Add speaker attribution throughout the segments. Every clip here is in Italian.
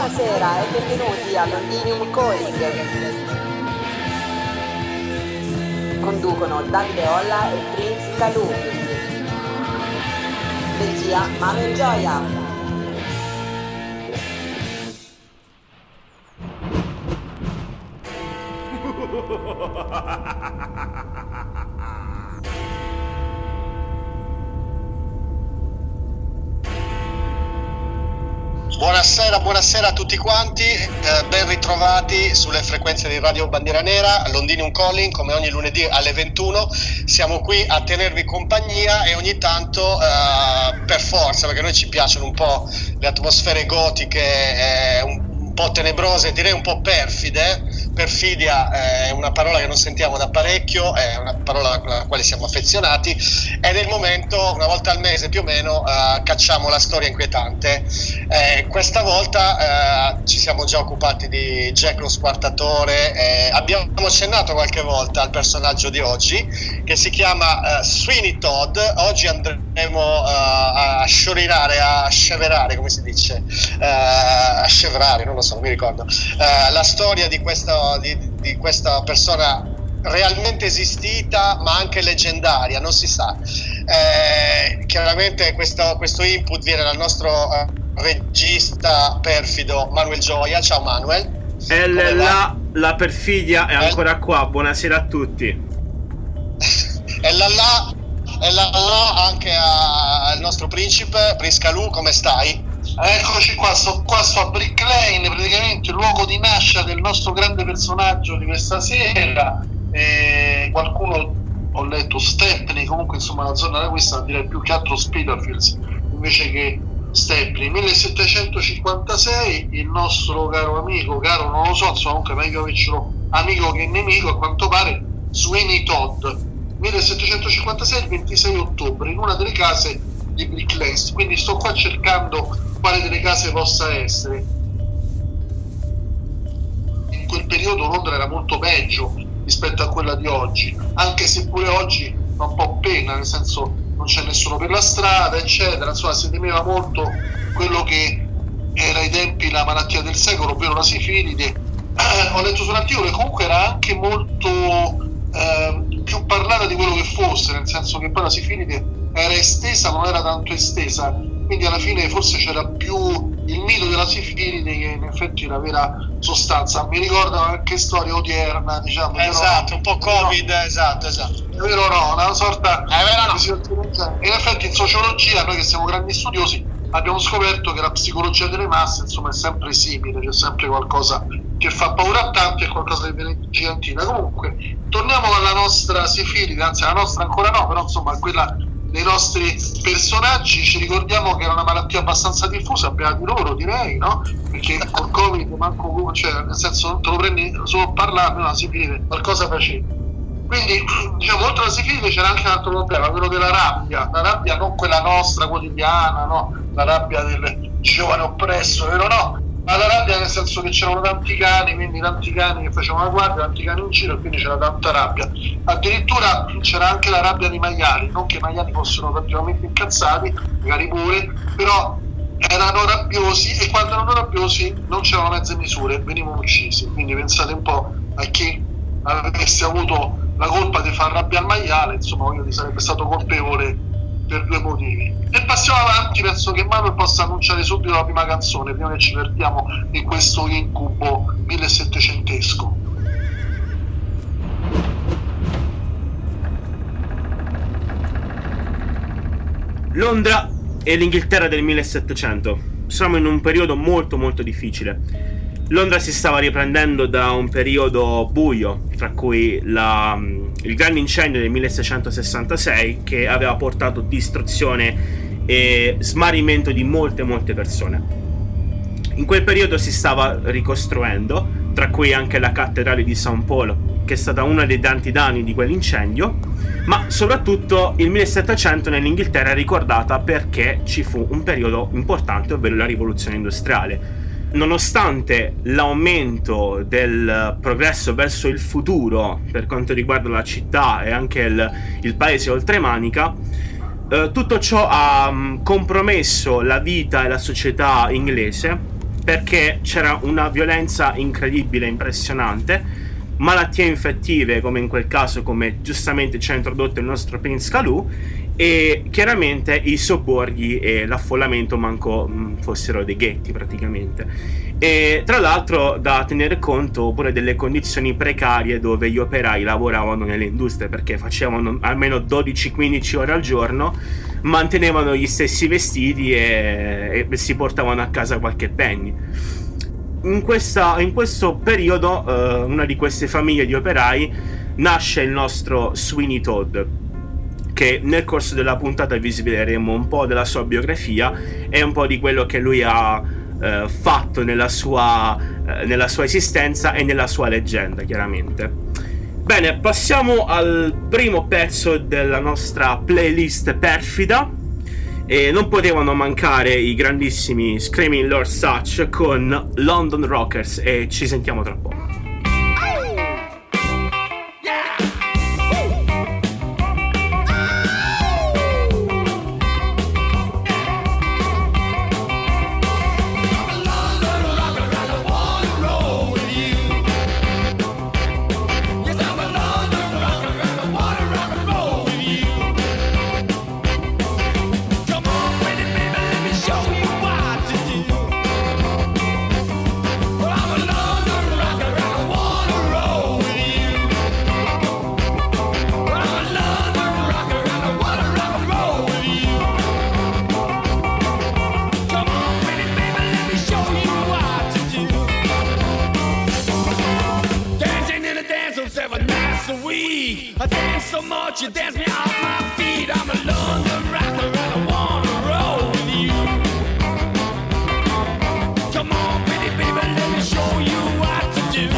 Speaker 1: Buonasera e benvenuti a Londinium Calling. Conducono Davide Olla e Prince Calù. Regia Manuel Gioia.
Speaker 2: Buonasera a tutti quanti, ben ritrovati sulle frequenze di Radio Bandiera Nera, Londinium Calling, come ogni lunedì alle 21. Siamo qui a tenervi compagnia e ogni tanto, per forza, perché a noi ci piacciono un po' le atmosfere gotiche, un po' tenebrose, direi un po' perfide. Perfidia è una parola che non sentiamo da parecchio, è una parola con la quale siamo affezionati, ed è il momento, una volta al mese più o meno, cacciamo la storia inquietante. Questa volta ci siamo già occupati di Jack lo Squartatore, abbiamo accennato qualche volta al personaggio di oggi, che si chiama Sweeney Todd. Oggi andremo a sciorinare, a sceverare, come si dice, a scevrare, non lo so, non mi ricordo, la storia di questa persona realmente esistita, ma anche leggendaria, non si sa. Chiaramente questo input viene dal nostro regista perfido Manuel Gioia. Ciao Manuel.
Speaker 3: La perfidia è ancora qua, buonasera a tutti.
Speaker 2: E là anche al nostro principe, Prince Calù, come stai?
Speaker 4: Eccoci qua, sto a Brick Lane, praticamente il luogo di nascita del nostro grande personaggio di questa sera. Qualcuno, ho letto Stepney, comunque insomma la zona era questa, direi più che altro Spitalfields invece che Stepney. 1756, il nostro caro amico, caro non lo so, insomma comunque meglio avercelo amico che nemico, a quanto pare, Sweeney Todd. 1756, il 26 ottobre, in una delle case di Brick Lane. Quindi sto qua cercando quale delle case possa essere. In quel periodo Londra era molto peggio rispetto a quella di oggi, anche se pure oggi fa un po' pena, nel senso non c'è nessuno per la strada, eccetera. Insomma, si temeva molto quello che era ai tempi la malattia del secolo, ovvero la sifilide. Ho letto su un articolo che comunque era anche molto più parlata di quello che fosse, nel senso che poi la sifilide era estesa, non era tanto estesa, quindi alla fine forse c'era più il mito della sifilide che in effetti la vera sostanza. Mi ricorda anche storia odierna, diciamo.
Speaker 2: Esatto, un po' Covid, no. Esatto.
Speaker 4: È vero, no, una sorta
Speaker 2: di
Speaker 4: situazione. In effetti in sociologia, noi che siamo grandi studiosi, abbiamo scoperto che la psicologia delle masse insomma è sempre simile, c'è sempre qualcosa che fa paura a tanti e qualcosa di gigantina. Comunque torniamo alla nostra sifilide, anzi la nostra ancora no, però insomma quella dei nostri personaggi. Ci ricordiamo che era una malattia abbastanza diffusa, beati loro, direi, no? Perché col Covid manco, cioè nel senso non te lo prendi solo parlarne, la sifilide qualcosa faceva. Quindi diciamo, oltre alla sifilide c'era anche un altro problema, quello della rabbia non quella nostra quotidiana, no? La rabbia del giovane oppresso, vero, no? Ma la rabbia nel senso che c'erano tanti cani, quindi tanti cani che facevano la guardia, tanti cani in giro, e quindi c'era tanta rabbia. Addirittura c'era anche la rabbia dei maiali, non che i maiali fossero particolarmente incazzati, magari pure, però erano rabbiosi, e quando erano rabbiosi non c'erano mezze misure, venivano uccisi. Quindi pensate un po' a chi avesse avuto la colpa di far rabbia al maiale, insomma sarebbe stato colpevole per due motivi. E passiamo avanti, penso che Manuel possa annunciare subito la prima canzone prima che ci perdiamo in questo incubo 1700esco.
Speaker 3: Londra e l'Inghilterra del 1700. Siamo in un periodo molto molto difficile. Londra si stava riprendendo da un periodo buio, tra cui il grande incendio del 1666, che aveva portato distruzione e smarrimento di molte persone. In quel periodo si stava ricostruendo, tra cui anche la cattedrale di San Paolo, che è stata una dei tanti danni di quell'incendio, ma soprattutto il 1700 nell'Inghilterra è ricordata perché ci fu un periodo importante, ovvero la rivoluzione industriale. Nonostante l'aumento del progresso verso il futuro per quanto riguarda la città e anche il paese oltremanica, tutto ciò ha compromesso la vita e la società inglese perché c'era una violenza incredibile, impressionante, malattie infettive come in quel caso, come giustamente ci ha introdotto il nostro Prince Kalu, e chiaramente i sobborghi e l'affollamento manco fossero dei ghetti praticamente. E tra l'altro da tenere conto pure delle condizioni precarie dove gli operai lavoravano nelle industrie, perché facevano almeno 12-15 ore al giorno, mantenevano gli stessi vestiti e si portavano a casa qualche penny. In questo periodo una di queste famiglie di operai nasce il nostro Sweeney Todd, che nel corso della puntata vi sveleremo un po' della sua biografia e un po' di quello che lui ha fatto nella sua esistenza e nella sua leggenda, chiaramente. Bene, passiamo al primo pezzo della nostra playlist perfida, e non potevano mancare i grandissimi Screaming Lord Sutch con London Rockers, e ci sentiamo tra poco.
Speaker 5: You dance me off my feet. I'm a London rocker and I wanna roll with you. Come on, pretty baby, let me show you what to do.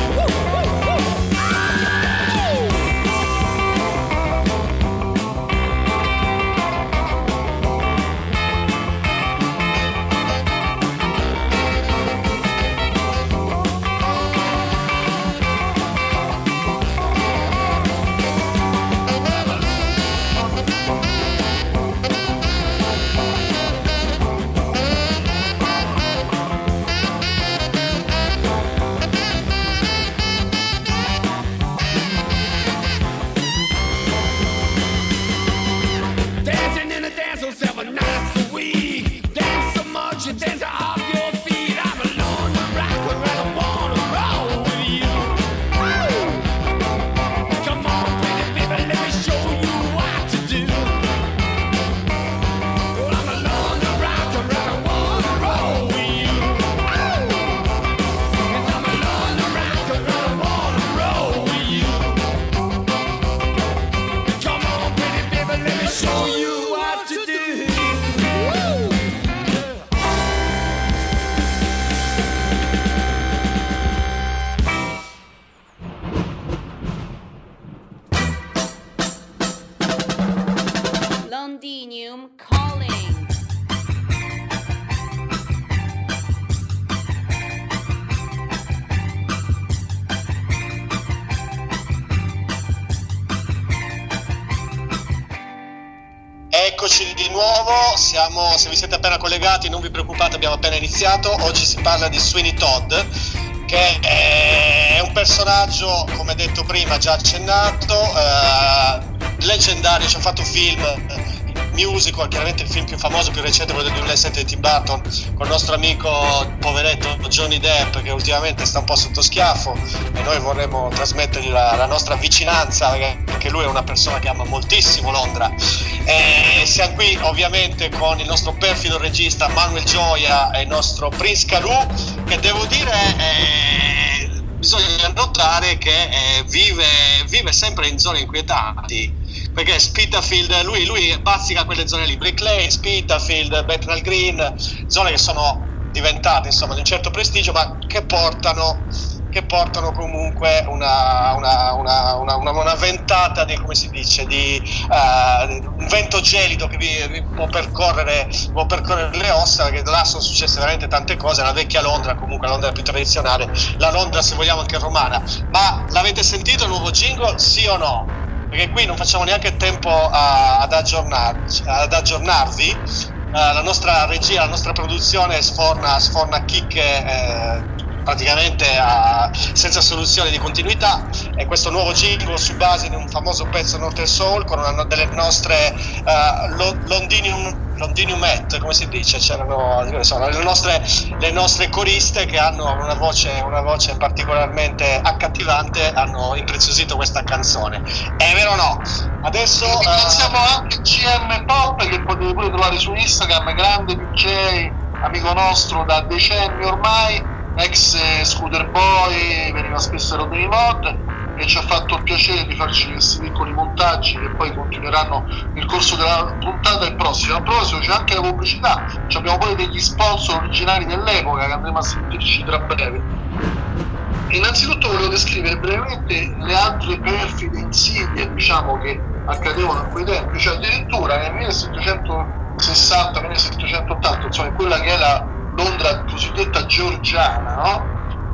Speaker 6: Londinium calling.
Speaker 2: Eccoci di nuovo, se vi siete appena collegati non vi preoccupate, abbiamo appena iniziato. Oggi si parla di Sweeney Todd, che è un personaggio, come detto prima, già accennato, leggendario. Ci ha fatto film, musical, chiaramente il film più famoso, più recente, quello del 2007 di Tim Burton, con il nostro amico poveretto Johnny Depp, che ultimamente sta un po' sotto schiaffo, e noi vorremmo trasmettergli la nostra vicinanza, perché lui è una persona che ama moltissimo Londra. E siamo qui ovviamente con il nostro perfido regista Manuel Gioia e il nostro Prince Kalu, che devo dire bisogna notare che vive sempre in zone inquietanti, perché Spitalfield, lui bazzica quelle zone lì, Brick Lane, Spitalfield, Bethnal Green, zone che sono diventate insomma di un certo prestigio, ma che portano comunque una ventata di, come si dice, di un vento gelido che vi può percorrere le ossa, perché là sono successe veramente tante cose. La vecchia Londra, comunque la Londra più tradizionale, la Londra se vogliamo anche romana. Ma l'avete sentito il nuovo jingle, sì o no? Perché qui non facciamo neanche tempo ad aggiornarvi, la nostra regia, la nostra produzione sforna chicche praticamente senza soluzione di continuità, e questo nuovo jingle su base di un famoso pezzo Northern Soul con una delle nostre Londiniumette, come si dice, c'erano le nostre coriste che hanno una voce particolarmente accattivante, hanno impreziosito questa canzone. È vero o no? Adesso
Speaker 4: ringraziamo anche CM Pop, che potete pure trovare su Instagram, grande DJ, amico nostro da decenni ormai, ex Scooter Boy, veniva spesso a Rodney Mod, e ci ha fatto il piacere di farci questi piccoli montaggi che poi continueranno nel corso della puntata e prossima. A proposito, c'è anche la pubblicità, abbiamo poi degli sponsor originali dell'epoca che andremo a sentirci tra breve. Innanzitutto volevo descrivere brevemente le altre perfide insidie, diciamo, che accadevano a quei tempi, cioè addirittura nel 1760-1780, insomma, in quella che è la Londra cosiddetta georgiana, no?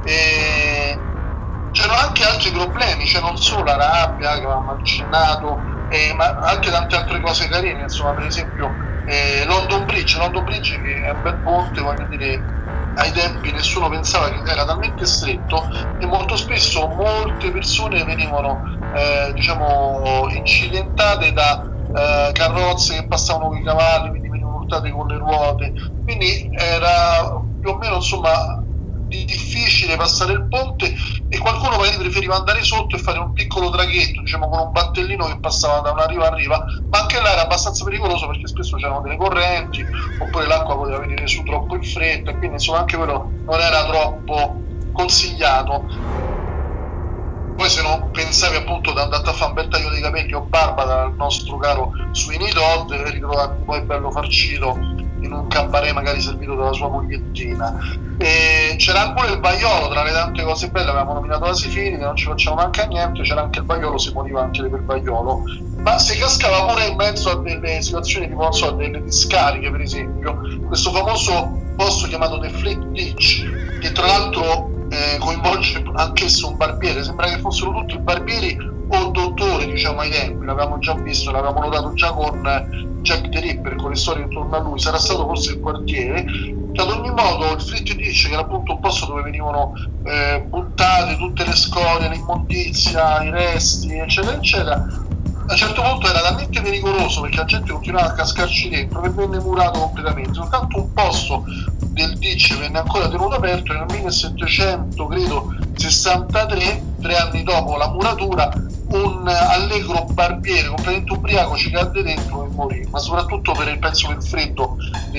Speaker 4: E c'erano anche altri problemi, cioè non solo la rabbia che avevamo accennato, ma anche tante altre cose carine, insomma, per esempio London Bridge che è un bel ponte, voglio dire, ai tempi nessuno pensava che era talmente stretto, e molto spesso molte persone venivano diciamo incidentate da carrozze che passavano con i cavalli, quindi venivano urtate con le ruote, quindi era più o meno, insomma, difficile passare il ponte, e qualcuno magari preferiva andare sotto e fare un piccolo traghetto, diciamo, con un battellino che passava da una riva a riva, ma anche là era abbastanza pericoloso perché spesso c'erano delle correnti, oppure l'acqua poteva venire su troppo in fretta, quindi insomma anche quello non era troppo consigliato. Poi se non pensavi appunto di andare a fare un bel taglio dei capelli o barba dal nostro caro Sweeney Todd, ritrovarti poi bello farcito in un cabaret magari servito dalla sua mogliettina. E c'era pure il vaiolo, tra le tante cose belle, avevamo nominato la Sifili, che non ci facciamo manca a niente, c'era anche il vaiolo, si moriva anche per il vaiolo, ma si cascava pure in mezzo a delle situazioni tipo, non so, delle discariche, per esempio questo famoso posto chiamato The Fleet Ditch, che tra l'altro coinvolge anch'esso un barbiere, sembra che fossero tutti barbieri o dottori, diciamo, ai tempi, l'avevamo già visto, l'avevamo notato già con Jack the Ripper, con le storie intorno a lui, sarà stato forse il quartiere. Ad ogni modo il Fleet Ditch, che era appunto un posto dove venivano buttate tutte le scorie, l'immondizia, i resti, eccetera eccetera, a un certo punto era talmente pericoloso perché la gente continuava a cascarci dentro che venne murato completamente. Soltanto un posto del ditch venne ancora tenuto aperto, e nel 1700, credo, 63, 3 anni dopo la muratura, un allegro barbiere completamente ubriaco ci cadde dentro e morì, ma soprattutto per il freddo dei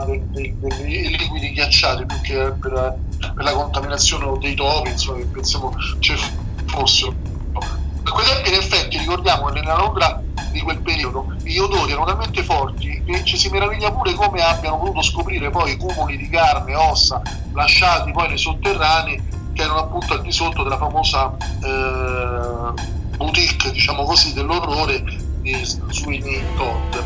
Speaker 4: liquidi ghiacciati, più che per la contaminazione dei topi, insomma, che pensiamo ci fossero. A quei tempi, in effetti, ricordiamo che nella Londra di quel periodo gli odori erano talmente forti che ci si meraviglia pure come abbiano potuto scoprire poi i cumuli di carne e ossa lasciati poi nei sotterranei, che erano appunto al di sotto della famosa boutique, diciamo così, dell'orrore di Sweeney Todd.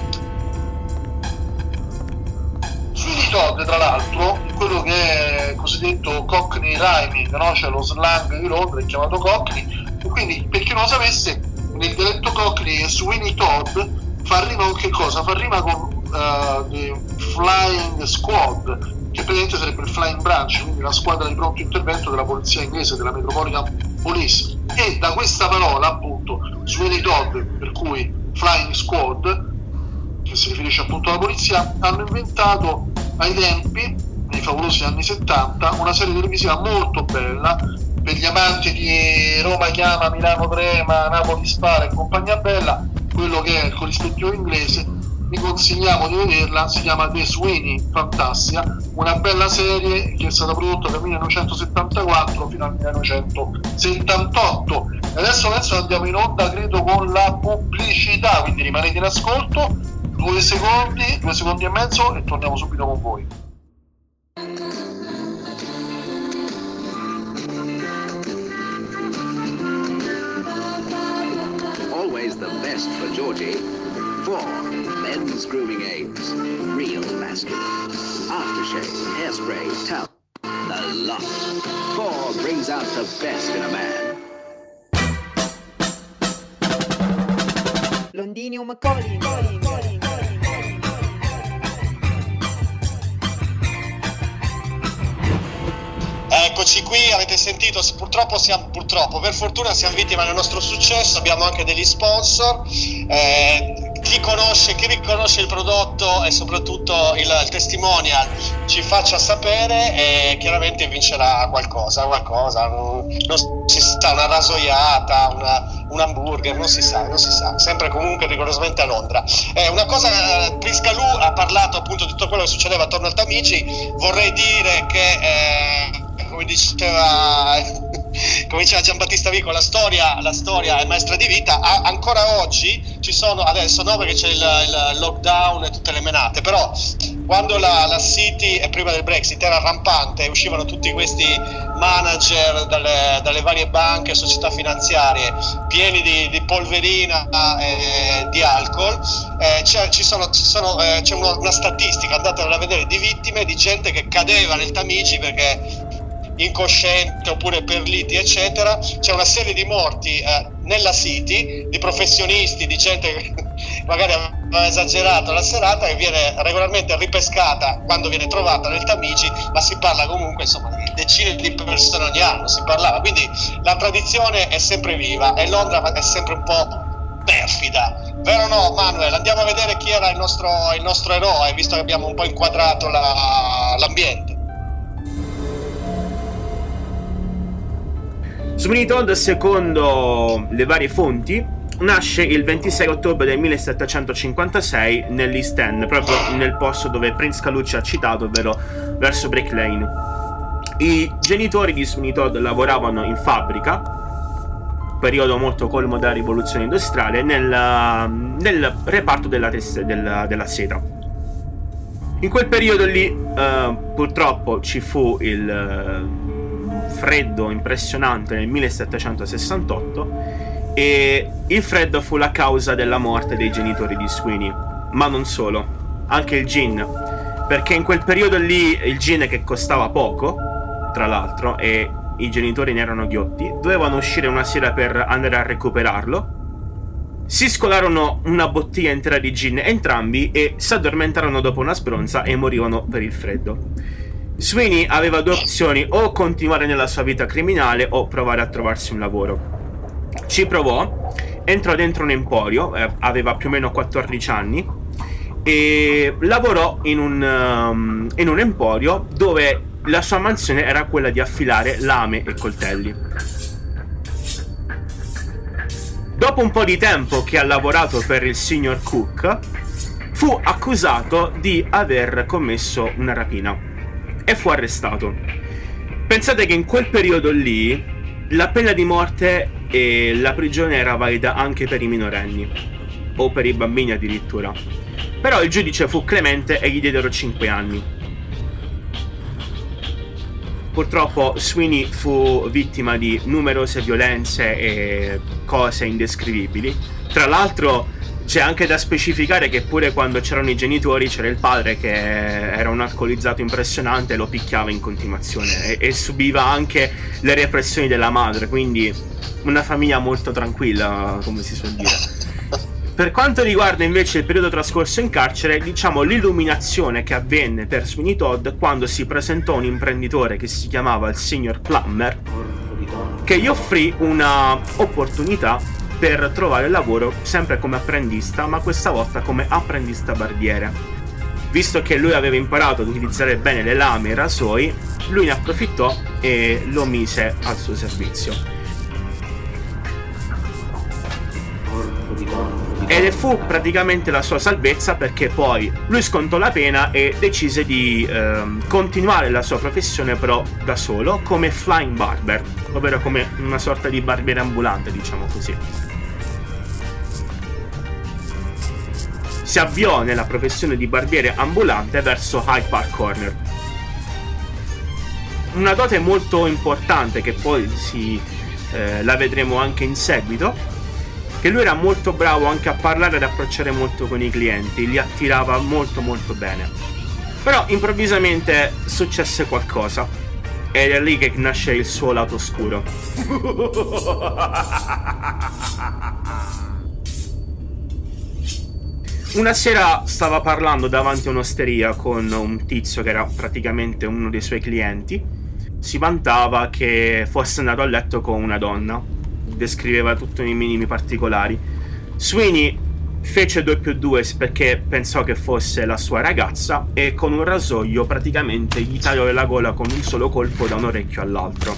Speaker 4: Sweeney Todd, tra l'altro, in quello che è cosiddetto Cockney rhyming, no? Cioè lo slang di Londra è chiamato Cockney, e quindi, per chi non lo sapesse, nel dialetto Cockney Sweeney Todd fa rima con che cosa? Fa rima con the Flying Squad, che praticamente sarebbe il Flying Branch, quindi la squadra di pronto intervento della polizia inglese, della Metropolitan Police, e da questa parola appunto Sweeney Todd, per cui Flying Squad, che si riferisce appunto alla polizia, hanno inventato ai tempi, nei favolosi anni 70, una serie televisiva molto bella per gli amanti di Roma chiama, Milano trema, Napoli spara e compagnia bella, quello che è il corrispettivo inglese. Vi consigliamo di vederla, si chiama The Sweeney Fantastica, una bella serie che è stata prodotta dal 1974 fino al 1978. E adesso andiamo in onda, credo, con la pubblicità, quindi rimanete in ascolto, 2 secondi e mezzo, e torniamo subito con voi.
Speaker 6: Always the best for Georgie. 4 men's grooming aids, real masculine, aftershave, hairspray, towel, a lot. 4 brings out the best in a man.
Speaker 1: Londinium Calling.
Speaker 2: Eccoci qui, avete sentito, per fortuna siamo vittima del nostro successo, abbiamo anche degli sponsor, chi riconosce il prodotto e soprattutto il testimonial ci faccia sapere e chiaramente vincerà qualcosa, non si sa, una rasoiata, un hamburger, non si sa, sempre comunque rigorosamente a Londra. Una cosa, Prince Kalu ha parlato appunto di tutto quello che succedeva attorno al Tamigi, vorrei dire che come diceva Giambattista Vico, la storia è maestra di vita. Ancora oggi ci sono, adesso no perché c'è il lockdown e tutte le menate, però quando la City prima del Brexit era rampante e uscivano tutti questi manager dalle varie banche e società finanziarie pieni di polverina e di alcol, c'è una statistica, andatela a vedere, di vittime, di gente che cadeva nel Tamigi perché incosciente oppure per liti eccetera. C'è una serie di morti nella City, di professionisti, di gente che magari aveva esagerato la serata e viene regolarmente ripescata quando viene trovata nel Tamigi, ma si parla comunque insomma di decine di persone ogni anno, si parlava, quindi la tradizione è sempre viva e Londra è sempre un po' perfida, vero o no Manuel? Andiamo a vedere chi era il nostro eroe, visto che abbiamo un po' inquadrato l'ambiente.
Speaker 3: Sweeney Todd, secondo le varie fonti, nasce il 26 ottobre del 1756 nell'East End, proprio nel posto dove Prince Kalu ci ha citato, ovvero verso Brick Lane. I genitori di Sweeney Todd lavoravano in fabbrica, periodo molto colmo della rivoluzione industriale, nel reparto della seta. In quel periodo lì purtroppo ci fu il freddo impressionante nel 1768 e il freddo fu la causa della morte dei genitori di Sweeney, ma non solo, anche il gin, perché in quel periodo lì il gin, che costava poco tra l'altro e i genitori ne erano ghiotti, dovevano uscire una sera per andare a recuperarlo, si scolarono una bottiglia intera di gin entrambi e si addormentarono dopo una sbronza e morivano per il freddo. Sweeney aveva due opzioni: o continuare nella sua vita criminale o provare a trovarsi un lavoro. Ci provò, entrò dentro un emporio, aveva più o meno 14 anni e lavorò in un emporio dove la sua mansione era quella di affilare lame e coltelli. Dopo un po' di tempo che ha lavorato per il signor Cook, fu accusato di aver commesso una rapina e fu arrestato. Pensate che in quel periodo lì la pena di morte e la prigione era valida anche per i minorenni o per i bambini addirittura, però il giudice fu clemente e gli diedero 5 anni. Purtroppo Sweeney fu vittima di numerose violenze e cose indescrivibili. Tra l'altro c'è anche da specificare che pure quando c'erano i genitori c'era il padre che era un alcolizzato impressionante e lo picchiava in continuazione e subiva anche le repressioni della madre, quindi una famiglia molto tranquilla, come si suol dire. Per quanto riguarda invece il periodo trascorso in carcere, diciamo l'illuminazione che avvenne per Sweeney Todd quando si presentò un imprenditore che si chiamava il signor Plummer, che gli offrì una opportunità per trovare lavoro sempre come apprendista, ma questa volta come apprendista barbiere. Visto che lui aveva imparato ad utilizzare bene le lame e i rasoi, lui ne approfittò e lo mise al suo servizio. Ed fu praticamente la sua salvezza, perché poi lui scontò la pena e decise di continuare la sua professione però da solo, come flying barber, ovvero come una sorta di barbiere ambulante, diciamo così. Si avviò nella professione di barbiere ambulante verso Hyde Park Corner. Una dote molto importante che poi la vedremo anche in seguito, che lui era molto bravo anche a parlare ed approcciare molto con i clienti, li attirava molto molto bene. Però improvvisamente successe qualcosa ed è lì che nasce il suo lato oscuro. Una sera stava parlando davanti a un'osteria con un tizio che era praticamente uno dei suoi clienti si vantava che fosse andato a letto con una donna, descriveva tutto nei minimi particolari. Sweeney fece 2+2 perché pensò che fosse la sua ragazza e con un rasoio praticamente gli tagliò la gola con un solo colpo da un orecchio all'altro.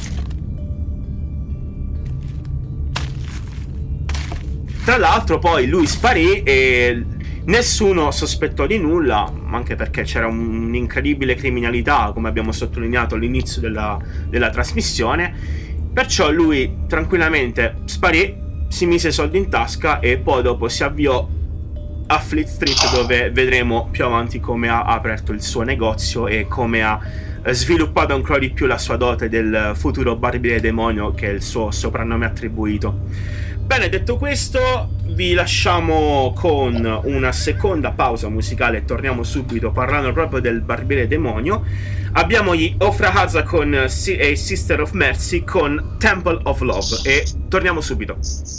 Speaker 3: Tra l'altro poi lui sparì e nessuno sospettò di nulla, anche perché c'era un'incredibile criminalità, come abbiamo sottolineato all'inizio della trasmissione. Perciò lui tranquillamente sparì, si mise soldi in tasca e poi dopo si avviò a Fleet Street, dove vedremo più avanti come ha aperto il suo negozio e come ha sviluppato ancora di più la sua dote del futuro barbiere demonio, che è il suo soprannome attribuito. Bene, detto questo, vi lasciamo con una seconda pausa musicale e torniamo subito parlando proprio del barbiere demonio. Abbiamo gli Ofra Haza con A Sister of Mercy con Temple of Love e torniamo subito.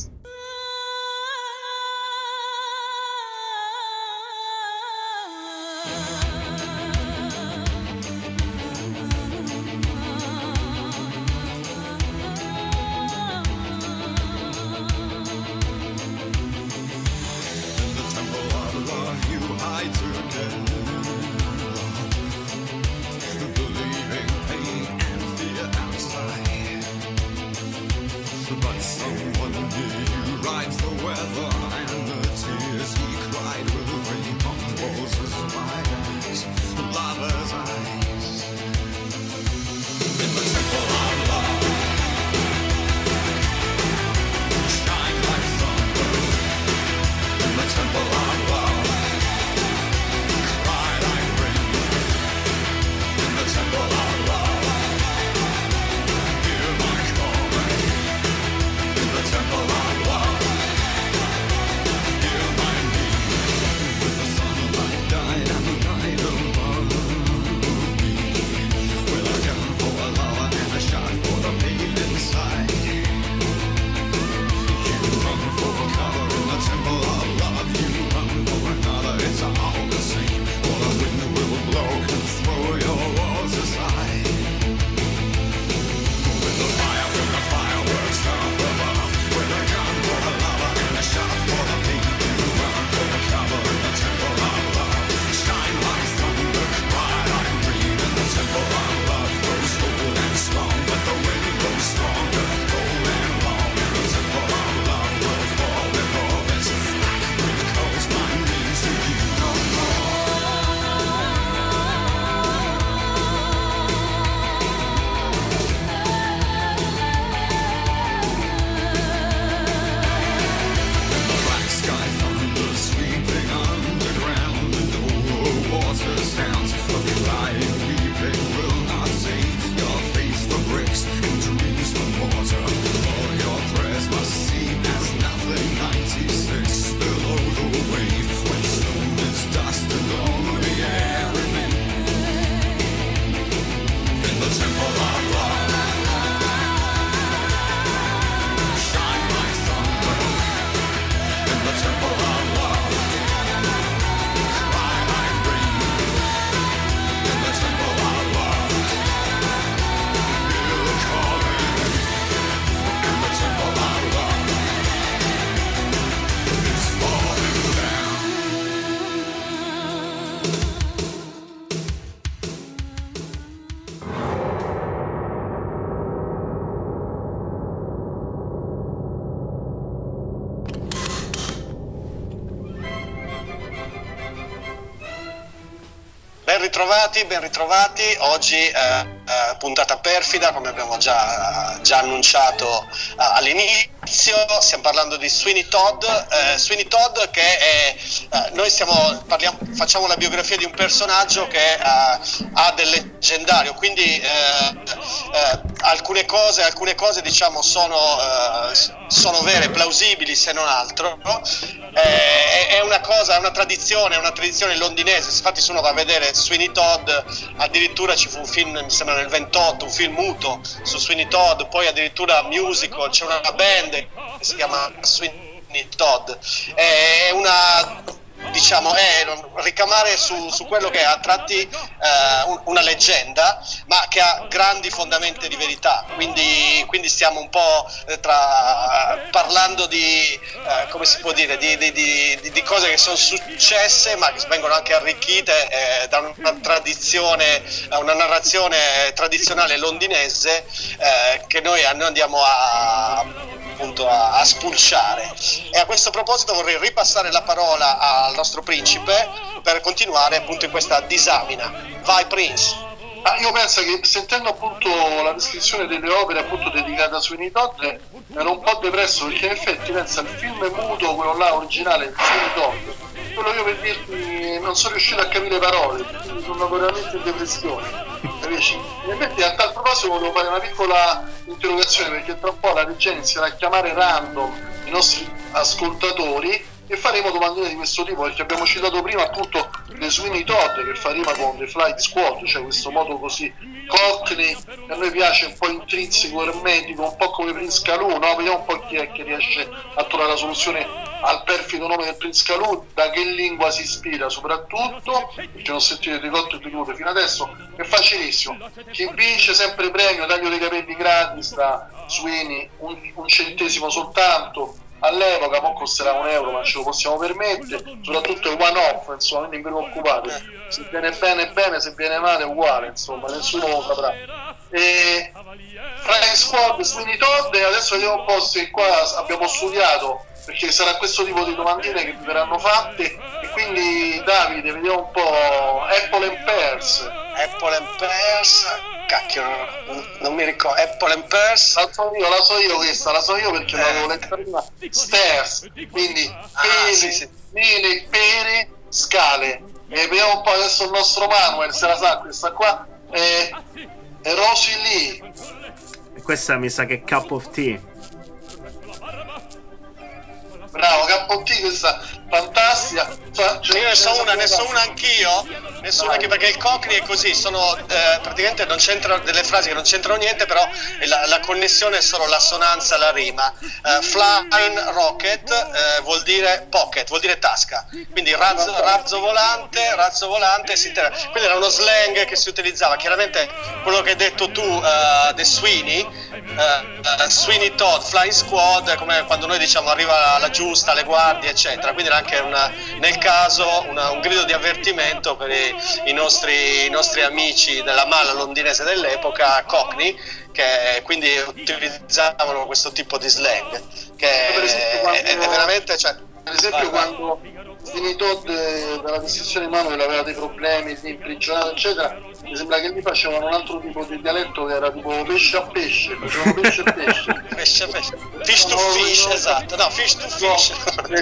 Speaker 2: Ben ritrovati. Oggi puntata perfida, come abbiamo già annunciato all'inizio. Stiamo parlando di Sweeney Todd. Sweeney Todd che è noi facciamo la biografia di un personaggio che ha del leggendario, quindi alcune cose diciamo sono vere, plausibili se non altro, no? È una tradizione londinese. Infatti se uno va a vedere Sweeney Todd, addirittura ci fu un film, mi sembra nel 28, un film muto su Sweeney Todd, poi addirittura musical, c'è una band che si chiama Sweeney Todd. È diciamo, è ricamare su quello che è a tratti una leggenda, ma che ha grandi fondamenti di verità. Quindi stiamo un po' parlando di come si può dire, di cose che sono successe, ma che vengono anche arricchite da una tradizione, una narrazione tradizionale londinese che noi andiamo appunto a spulciare. E a questo proposito vorrei ripassare la parola al nostro principe per continuare appunto in questa disamina. Vai Prince.
Speaker 4: Io penso che, sentendo appunto la descrizione delle opere appunto dedicate a Sweeney Todd, ero un po' depresso, perché in effetti pensa il film muto, quello là originale, il Sweeney Todd, quello, io per dirti non sono riuscito a capire parole, quindi sono veramente in depressione, capisci? In effetti a tal proposito volevo fare una piccola interrogazione, perché tra un po' la regia inizierà a chiamare random i nostri ascoltatori e faremo domandine di questo tipo, perché abbiamo citato prima appunto The Sweeney Todd, che fa rima con The Flight Squad, cioè questo modo così cockney che a noi piace, un po' intrinseco, ermetico, un po' come Prince Calù, no? Vediamo un po' chi è che riesce a trovare la soluzione al perfido nome del Prince Calù, da che lingua si ispira soprattutto, perché non ho sentito di cotto e di crudo fino adesso. È facilissimo, chi vince sempre premio, taglio dei capelli gratis da Sweeney, un centesimo soltanto. All'epoca poi costerà €1, ma ce lo possiamo permettere, soprattutto è one off, insomma, quindi non vi preoccupate, se viene bene, se viene male è uguale, insomma, nessuno lo saprà. E Flying Squad, Sweeney Todd, e adesso vediamo un po' se qua abbiamo studiato, perché sarà questo tipo di domandine che vi verranno fatte, e quindi Davide, vediamo un po'. Apple and Pears,
Speaker 2: cacchio, non mi ricordo. Apple and Pears,
Speaker 4: la so io questa, la so io perché l'avevo letta prima. Stairs, quindi pere, mele, pere, scale. E vediamo un po' adesso il nostro Manuel se la sa questa qua. E Rosie Lee.
Speaker 3: E questa mi sa che è Cup of Tea.
Speaker 4: Bravo, Cappotti, questa fantastica.
Speaker 2: Io ne so una anch'io, anche perché il Cockney è così, sono praticamente non c'entrano delle frasi che non c'entrano niente, però la connessione è solo l'assonanza, la rima. Flying Rocket vuol dire pocket, vuol dire tasca, quindi razzo volante, quindi era uno slang che si utilizzava. Chiaramente quello che hai detto tu, The Sweeney, Sweeney Todd, Flying Squad, come quando noi diciamo arriva la giusta, le guardie eccetera, quindi era anche nel caso un grido di avvertimento per i nostri amici della mala londinese dell'epoca, Cockney, che quindi utilizzavano questo tipo di slang che è veramente, cioè,
Speaker 4: per esempio quando Sweeney Todd dalla descrizione di Manuel aveva dei problemi, di imprigionato eccetera, mi sembra che lì facevano un altro tipo di dialetto che era tipo pesce a pesce, facevano pesce a pesce.
Speaker 2: Pesce a pesce, fish to fish, esatto, no, fish to fish.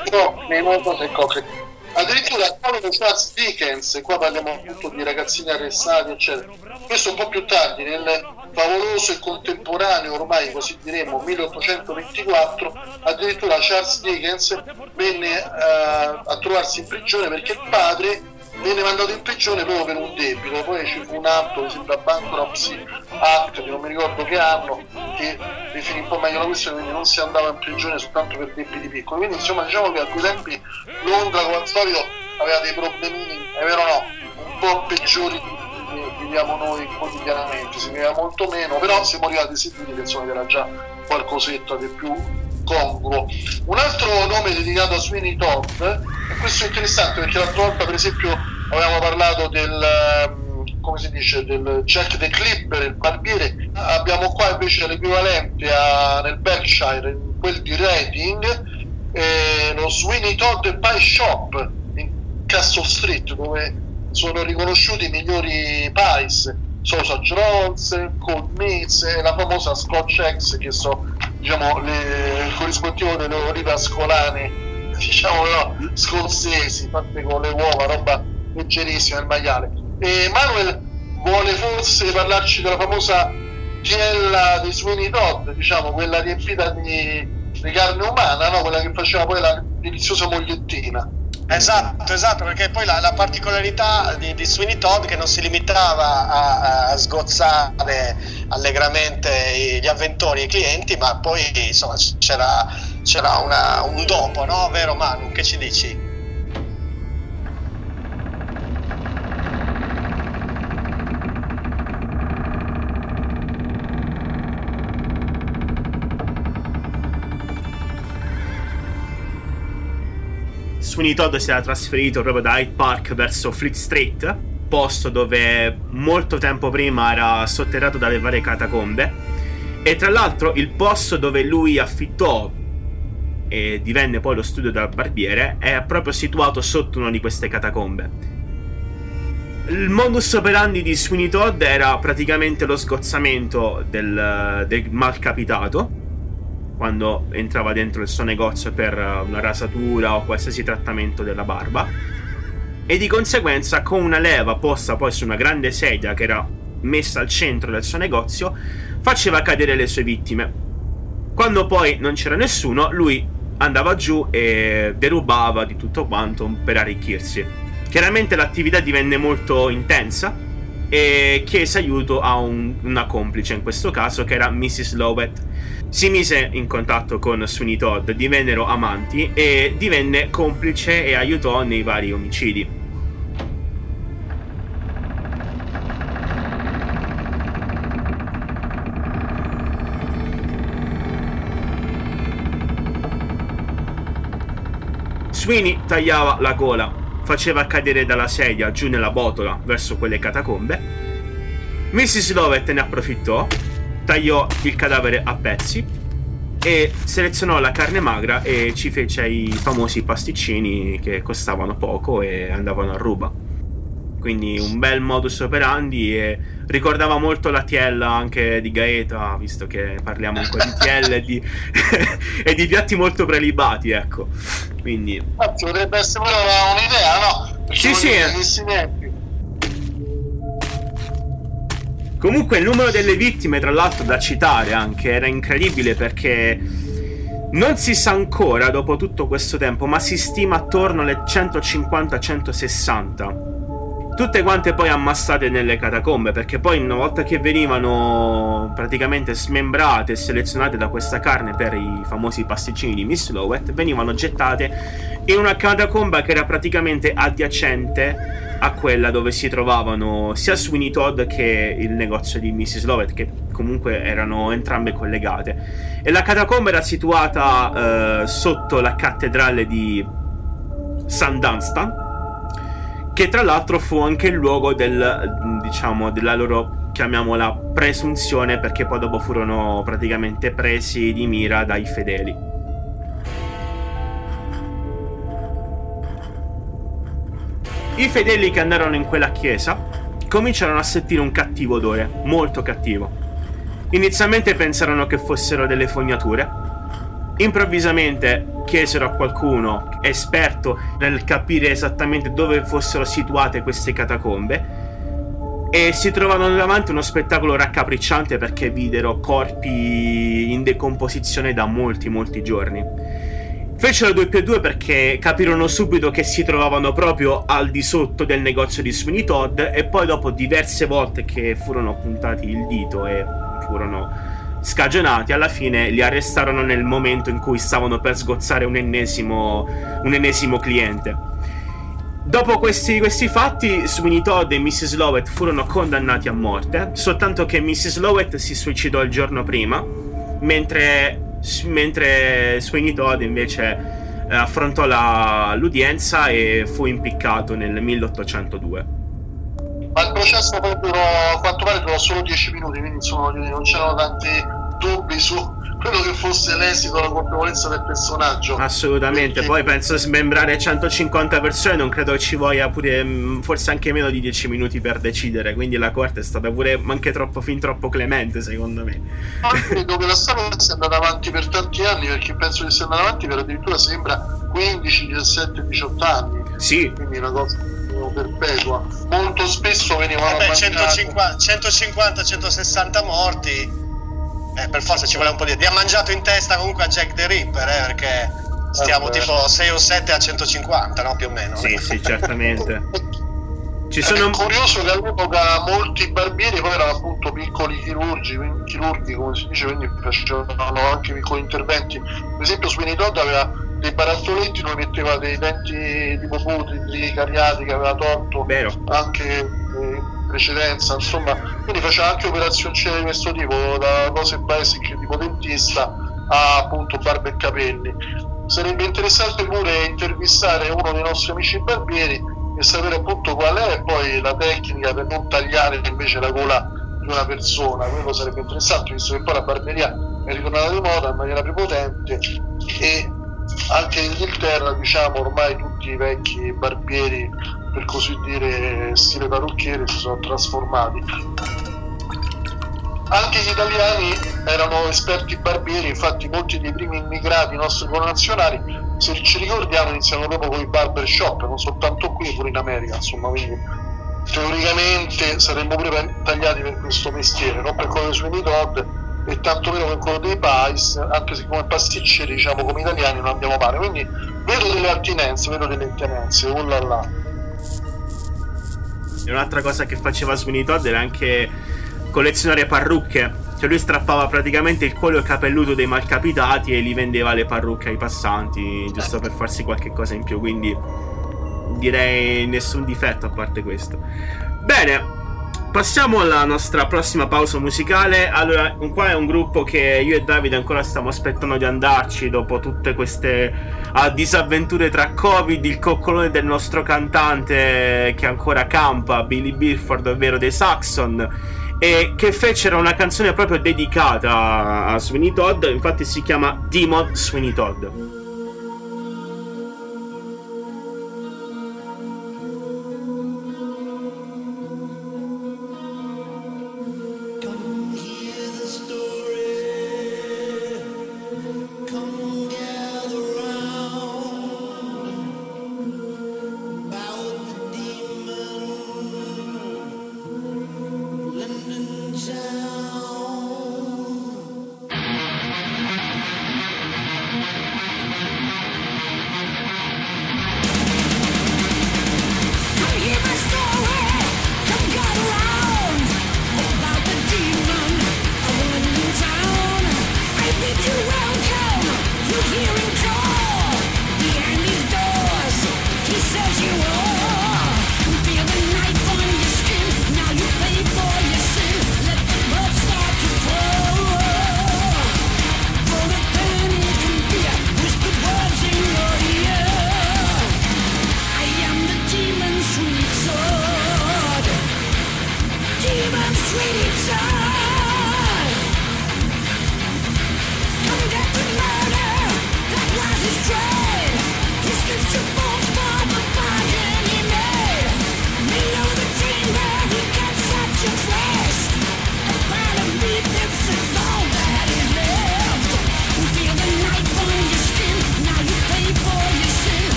Speaker 4: Addirittura Paolo Charles Dickens, e qua parliamo appunto di ragazzini arrestati eccetera, questo un po' più tardi, nel favoloso e contemporaneo, ormai così diremmo, 1824, addirittura Charles Dickens venne a trovarsi in prigione perché il padre venne mandato in prigione proprio per un debito. Poi ci fu un atto, mi sembra Bankruptcy Act, che non mi ricordo che anno, che definì un po' meglio la questione, quindi non si andava in prigione soltanto per debiti piccoli. Quindi insomma diciamo che a quei tempi Londra, come al solito, aveva dei problemini, è vero o no, un po' peggiori che viviamo noi quotidianamente, si viveva molto meno, però siamo arrivati sicuri che insomma era già qualcosetta di più congruo. Un altro nome dedicato a Sweeney Todd, e questo è interessante perché l'altra volta per esempio avevamo parlato del come si dice, del Jack the Clipper, il barbiere, abbiamo qua invece l'equivalente nel Berkshire, in quel di Reading, lo Sweeney Todd Pie Shop in Castle Street, dove sono riconosciuti i migliori pies, sausage rolls, cold meats e la famosa Scotch eggs, che sono diciamo il corrispettivo delle olive ascolane, diciamo, no, scozzesi, fatte con le uova, roba leggerissima, il maiale. E Manuel vuole forse parlarci della famosa tiella di Sweeney Todd, diciamo quella riempita di carne umana, no? Quella che faceva poi la deliziosa mogliettina.
Speaker 2: Esatto, perché poi la particolarità di Sweeney Todd che non si limitava a sgozzare allegramente gli avventori e i clienti, ma poi insomma c'era un dopo, no? Vero Manu, che ci dici?
Speaker 3: Sweeney Todd si era trasferito proprio da Hyde Park verso Fleet Street, posto dove molto tempo prima era sotterrato dalle varie catacombe, e tra l'altro il posto dove lui affittò e divenne poi lo studio da barbiere è proprio situato sotto una di queste catacombe. Il modus operandi di Sweeney Todd era praticamente lo sgozzamento del malcapitato quando entrava dentro il suo negozio per una rasatura o qualsiasi trattamento della barba, e di conseguenza con una leva posta poi su una grande sedia che era messa al centro del suo negozio faceva cadere le sue vittime. Quando poi non c'era nessuno, lui andava giù e derubava di tutto quanto per arricchirsi. Chiaramente l'attività divenne molto intensa e chiese aiuto a una complice, in questo caso che era Mrs. Lovett. Si mise in contatto con Sweeney Todd, divennero amanti e divenne complice e aiutò nei vari omicidi. Sweeney tagliava la gola, faceva cadere dalla sedia giù nella botola verso quelle catacombe. Mrs. Lovett ne approfittò, tagliò il cadavere a pezzi e selezionò la carne magra e ci fece i famosi pasticcini che costavano poco e andavano a ruba. Quindi un bel modus operandi, e ricordava molto la tiella anche di Gaeta, visto che parliamo un po' di tielle e di piatti molto prelibati, ecco. Quindi
Speaker 4: potrebbe essere un'idea, no?
Speaker 3: Sì, sì. Comunque il numero delle vittime, tra l'altro, da citare anche, era incredibile, perché non si sa ancora dopo tutto questo tempo, ma si stima attorno alle 150-160. Tutte quante poi ammassate nelle catacombe, perché poi una volta che venivano praticamente smembrate e selezionate da questa carne per i famosi pasticcini di Miss Lovett, venivano gettate in una catacomba che era praticamente adiacente a quella dove si trovavano sia Sweeney Todd che il negozio di Mrs. Lovett, che comunque erano entrambe collegate. E la catacomba era situata sotto la cattedrale di St. Dunstan, che tra l'altro fu anche il luogo della loro, chiamiamola, presunzione, perché poi dopo furono praticamente presi di mira dai fedeli. I fedeli che andarono in quella chiesa cominciarono a sentire un cattivo odore, molto cattivo. Inizialmente pensarono che fossero delle fognature. Improvvisamente chiesero a qualcuno esperto nel capire esattamente dove fossero situate queste catacombe e si trovarono davanti a uno spettacolo raccapricciante, perché videro corpi in decomposizione da molti giorni. Fecero 2+2 perché capirono subito che si trovavano proprio al di sotto del negozio di Sweeney Todd, e poi dopo diverse volte che furono puntati il dito e furono scagionati, alla fine li arrestarono nel momento in cui stavano per sgozzare un ennesimo cliente. Dopo questi fatti, Sweeney Todd e Mrs. Lovett furono condannati a morte, soltanto che Mrs. Lovett si suicidò il giorno prima, mentre Sweeney Todd invece affrontò l'udienza e fu impiccato nel 1802.
Speaker 4: Ma il processo poi a quanto pare durò solo 10 minuti, quindi insomma non c'erano tanti dubbi su quello che fosse l'esito, la colpevolezza del personaggio.
Speaker 3: Assolutamente. Poi penso smembrare 150 persone, non credo che ci voglia pure forse anche meno di 10 minuti per decidere, quindi la corte è stata pure anche fin troppo clemente, secondo me.
Speaker 4: Ma credo che la storia sia andata avanti per tanti anni, perché penso che sia andata avanti per addirittura sembra 15, 17, 18 anni.
Speaker 3: Sì.
Speaker 4: Quindi una cosa perpetua. Molto spesso venivano
Speaker 2: 150-160 morti. Per forza ci vuole un po' di ha mangiato in testa comunque a Jack the Ripper, perché stiamo tipo 6 o 7 a 150, no? Più o meno.
Speaker 3: Sì, certamente.
Speaker 4: È curioso che all'epoca molti barbieri poi erano appunto piccoli chirurghi come si dice, quindi facevano anche piccoli interventi. Per esempio Sweeney Todd aveva dei barattoletti dove metteva dei denti tipo putri, cariati che aveva tolto.
Speaker 3: Vero.
Speaker 4: Anche precedenza, insomma, quindi faceva anche operazioni di questo tipo, da cose basic tipo dentista a appunto barba e capelli. sarebbe interessante pure intervistare uno dei nostri amici barbieri e sapere appunto qual è poi la tecnica per non tagliare invece la gola di una persona. Quello sarebbe interessante, visto che poi la barberia è ritornata di moda in maniera prepotente e anche in Inghilterra, diciamo, ormai tutti i vecchi barbieri, per così dire stile parrucchiere, si sono trasformati. Anche gli italiani erano esperti barbieri, infatti molti dei primi immigrati nostri connazionali, se ci ricordiamo, iniziano proprio con i barbershop, non soltanto qui, pure in America, insomma, quindi teoricamente saremmo pure tagliati per questo mestiere, non per quello dei Sweeney Todd e tanto meno per quello dei pies, anche se come pasticceri, diciamo, come italiani non andiamo male, quindi vedo delle attinenze, vedo delle intenenze, oh là là.
Speaker 3: E un'altra cosa che faceva Sweeney Todd era anche collezionare parrucche, cioè lui strappava praticamente il cuoio capelluto dei malcapitati e li vendeva le parrucche ai passanti, giusto per farsi qualche cosa in più, quindi direi nessun difetto a parte questo. Bene, passiamo alla nostra prossima pausa musicale. Allora, qua è un gruppo che io e Davide ancora stiamo aspettando di andarci dopo tutte queste disavventure tra Covid, il coccolone del nostro cantante che ancora campa, Billy Bilford, ovvero dei Saxon, e che fecero una canzone proprio dedicata a Sweeney Todd, infatti si chiama Demon Sweeney Todd.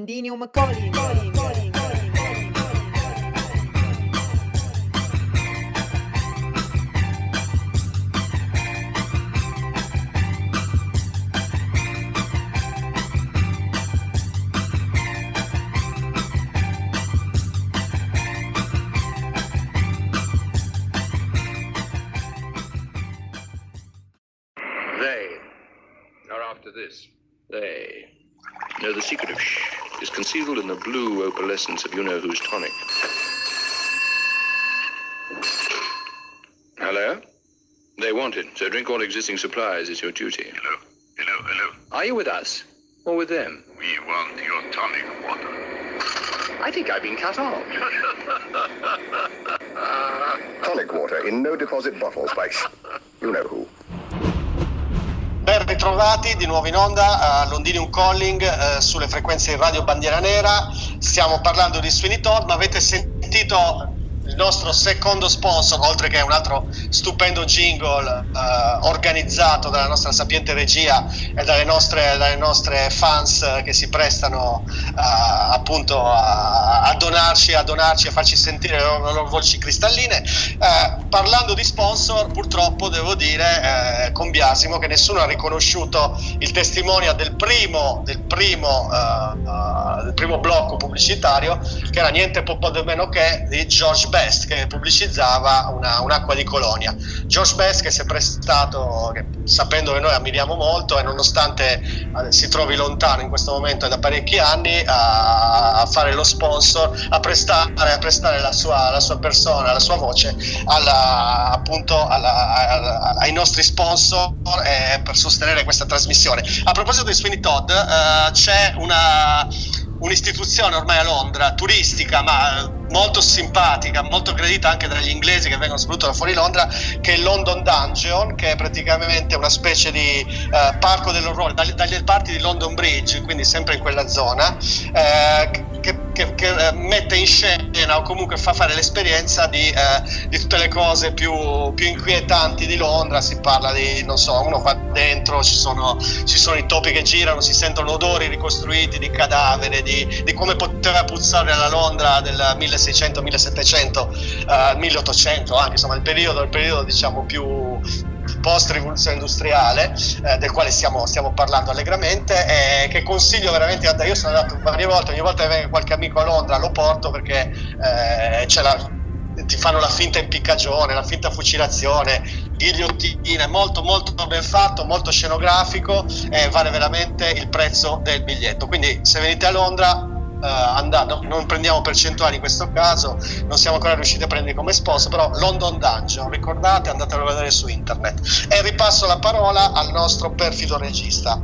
Speaker 1: Londinium Calling.
Speaker 7: They are after this. They know the secret of shh is concealed in the blue opalescence of you-know-who's tonic. Hello? They want it, so drink all existing supplies. It's your duty.
Speaker 8: Hello? Hello? Hello?
Speaker 7: Are you with us? Or with them?
Speaker 8: We want your tonic water.
Speaker 7: I think I've been cut off.
Speaker 9: Tonic water in no deposit bottles by you know who.
Speaker 2: Ben ritrovati di nuovo in onda a Londinium Calling sulle frequenze di Radio Bandiera Nera. Stiamo parlando di Sweeney Todd, ma avete sentito il nostro secondo sponsor, oltre che un altro stupendo jingle organizzato dalla nostra sapiente regia e dalle nostre fans che si prestano appunto a donarci, a farci sentire le loro voci cristalline. Parlando di sponsor, purtroppo devo dire con biasimo che nessuno ha riconosciuto il testimonial del primo blocco pubblicitario, che era niente po' di meno che di George Best, che pubblicizzava un'acqua di Colonia. George Best, che si è prestato, sapendo che noi ammiriamo molto e nonostante si trovi lontano in questo momento da parecchi anni, a fare lo sponsor, a prestare la sua persona, la sua voce ai nostri sponsor per sostenere questa trasmissione. A proposito di Sweeney Todd, c'è un'istituzione ormai a Londra, turistica, ma molto simpatica, molto gradita anche dagli inglesi che vengono soprattutto da fuori Londra, che è il London Dungeon, che è praticamente una specie di parco dell'orrore, dalle parti di London Bridge, quindi sempre in quella zona, che mette in scena o comunque fa fare l'esperienza di tutte le cose più inquietanti di Londra. Si parla di, non so, uno va dentro, ci sono i topi che girano, si sentono odori ricostruiti di cadavere, di come poteva puzzare la Londra del 1600, 1700, 1800, anche insomma il periodo diciamo più post rivoluzione industriale, del quale stiamo parlando allegramente, e che consiglio veramente. Io sono andato varie volte, ogni volta che vengo qualche amico a Londra lo porto, perché ti fanno la finta impiccagione, la finta fucilazione, ghigliottina, molto molto ben fatto, molto scenografico, e vale veramente il prezzo del biglietto. Quindi se venite a Londra, non prendiamo percentuali in questo caso, non siamo ancora riusciti a prendere come sponsor, però London Dungeon, ricordate, andatelo a vedere su internet. E ripasso la parola al nostro perfido regista.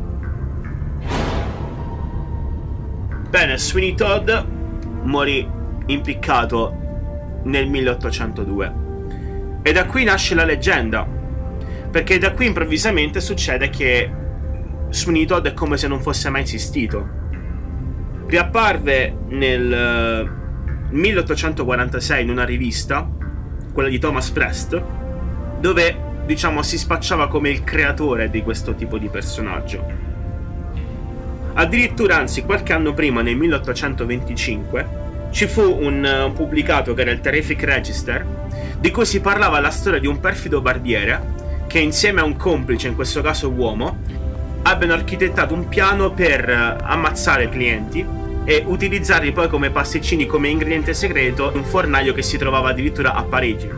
Speaker 3: Bene, Sweeney Todd morì impiccato nel 1802 e da qui nasce la leggenda, perché da qui improvvisamente succede che Sweeney Todd è come se non fosse mai esistito. Riapparve nel 1846 in una rivista, quella di Thomas Prest, dove diciamo si spacciava come il creatore di questo tipo di personaggio. Addirittura, anzi, qualche anno prima, nel 1825, ci fu un pubblicato che era il Terrific Register, di cui si parlava la storia di un perfido barbiere che, insieme a un complice, in questo caso uomo, abbiano architettato un piano per ammazzare clienti e utilizzarli poi come pasticcini, come ingrediente segreto, in un fornaio che si trovava addirittura a Parigi.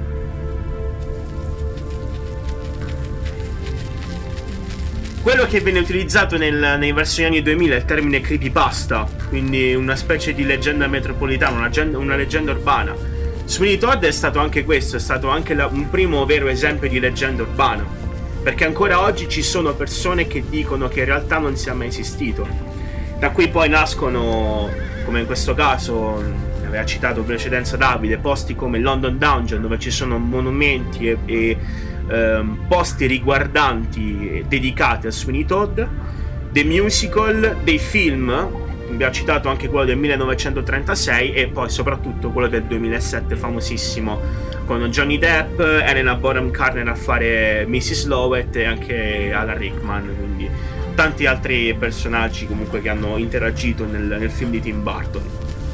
Speaker 3: Quello che viene utilizzato nei verso anni 2000 è il termine creepypasta, quindi una specie di leggenda metropolitana, una leggenda urbana. Sweeney Todd è stato anche questo, è stato anche un primo vero esempio di leggenda urbana, perché ancora oggi ci sono persone che dicono che in realtà non sia mai esistito. Da qui poi nascono, come in questo caso aveva citato in precedenza Davide, posti come London Dungeon, dove ci sono monumenti e posti riguardanti dedicati a Sweeney Todd, dei musical, dei film, abbiamo citato anche quello del 1936 e poi soprattutto quello del 2007 famosissimo, con Johnny Depp, Helena Bonham Carter a fare Mrs. Lovett e anche Alan Rickman, quindi tanti altri personaggi comunque che hanno interagito nel film di Tim Burton.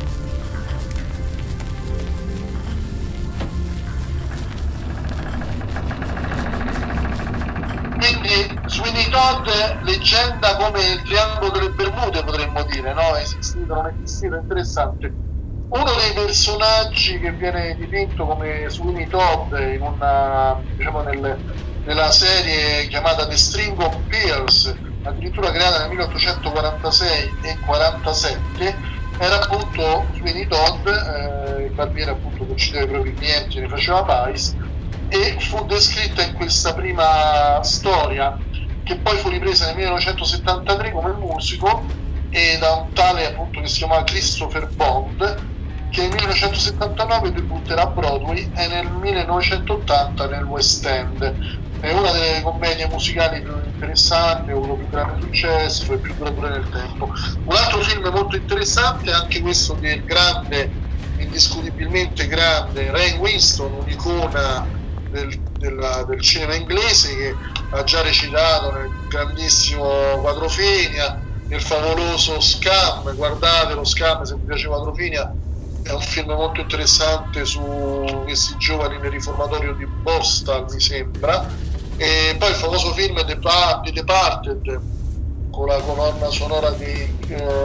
Speaker 4: Quindi Sweeney Todd, leggenda come il triangolo delle Bermude, potremmo dire, no? Esistito, non esistito, interessante. Uno dei personaggi che viene dipinto come Sweeney Todd in una, diciamo, nella serie chiamata The String of Pearls, addirittura creata nel 1846 e 47, era appunto Sweeney Todd, il barbiere appunto che uccideva i propri clienti e ne faceva pais, e fu descritta in questa prima storia, che poi fu ripresa nel 1973 come musical e da un tale appunto che si chiamava Christopher Bond, che nel 1979 debutterà a Broadway e nel 1980 nel West End. È una delle commedie musicali più interessanti, ha avuto più grande successo e più durature nel tempo. Un altro film molto interessante è anche questo del grande, indiscutibilmente grande Ray Winstone, un'icona del cinema inglese, che ha già recitato nel grandissimo Quadrophenia, nel favoloso Scam. Guardatelo, Scam, se vi piace Quadrophenia, è un film molto interessante su questi giovani nel riformatorio di Boston, mi sembra. E poi il famoso film The Departed, con la colonna sonora di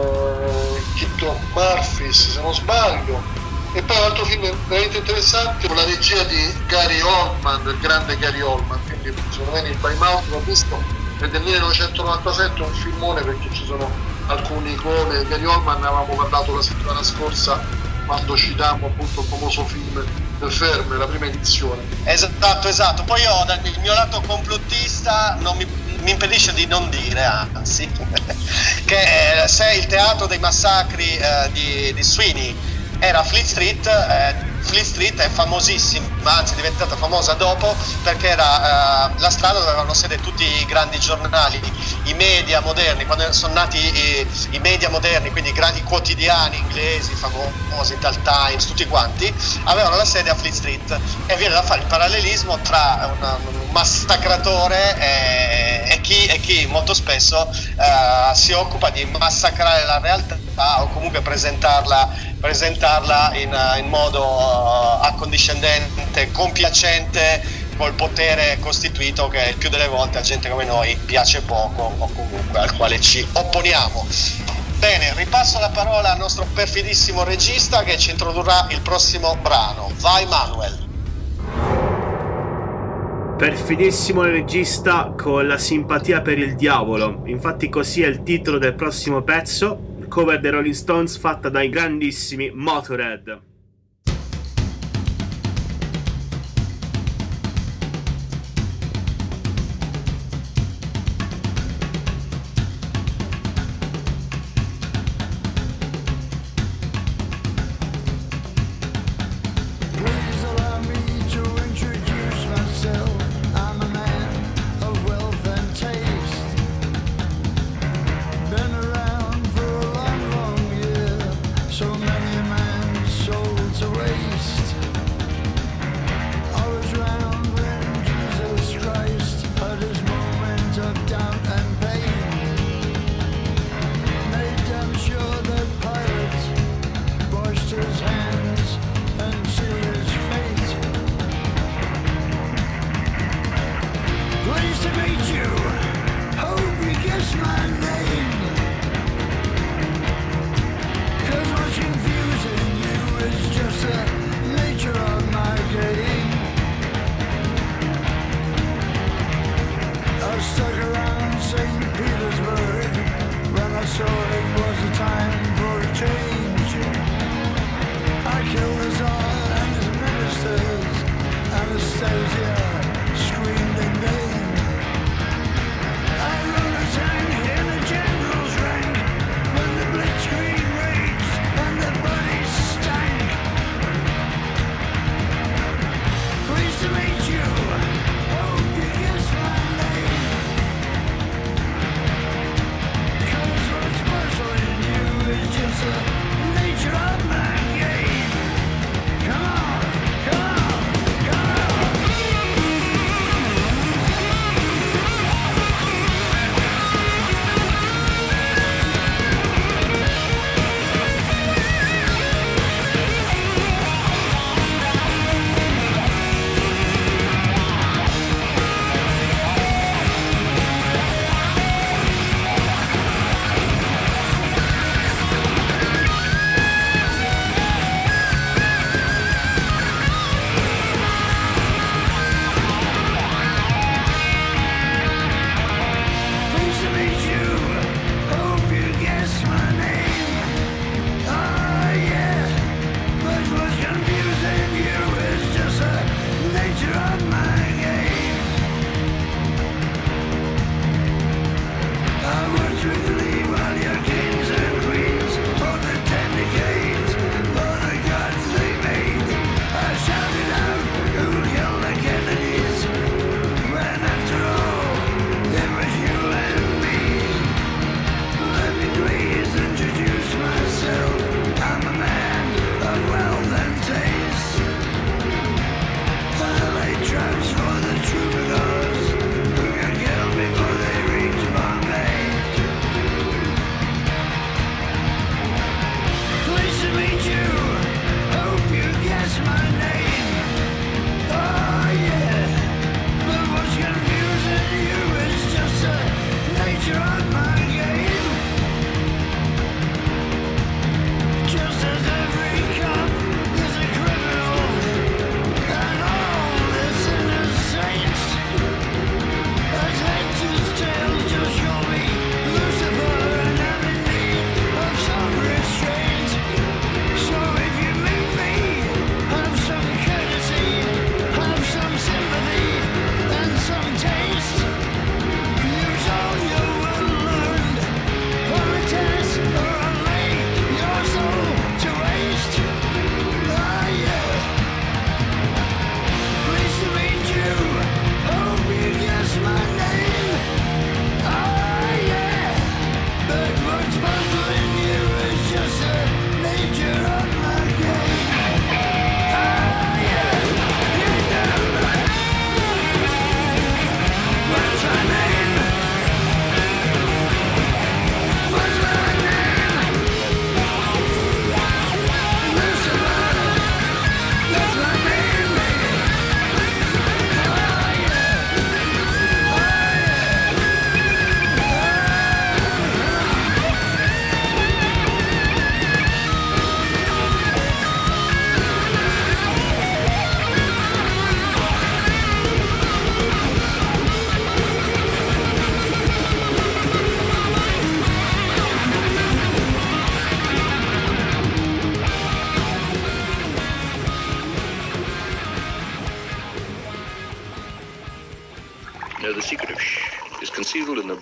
Speaker 4: Keaton Murphy, se non sbaglio. E poi un altro film veramente interessante con la regia di Gary Oldman, del grande Gary Oldman, quindi secondo me il Time Out l'ho visto, è del 1997, è un filmone perché ci sono alcune icone. Gary Oldman ne avevamo parlato la settimana scorsa quando citammo appunto il famoso film The Firm, la prima edizione.
Speaker 2: Esatto. Poi io, il mio lato complottista non mi impedisce di non dire, anzi, che se il teatro dei massacri di Sweeney era Fleet Street è famosissima, anzi è diventata famosa dopo, perché era la strada dove avevano sede tutti i grandi giornali, i media moderni. Quando sono nati i media moderni, quindi i grandi quotidiani inglesi famosi, il Times, tutti quanti avevano la sede a Fleet Street, e viene da fare il parallelismo tra un massacratore e chi molto spesso si occupa di massacrare la realtà, o comunque presentarla in modo accondiscendente, compiacente, col potere costituito che il più delle volte a gente come noi piace poco, o comunque al quale ci opponiamo. Bene, ripasso la parola al nostro perfidissimo regista che ci introdurrà il prossimo brano. Vai Manuel.
Speaker 3: Perfidissimo regista con la simpatia per il diavolo, infatti così è il titolo del prossimo pezzo, cover dei Rolling Stones fatta dai grandissimi Motorhead.
Speaker 5: Nature of my game. Come on,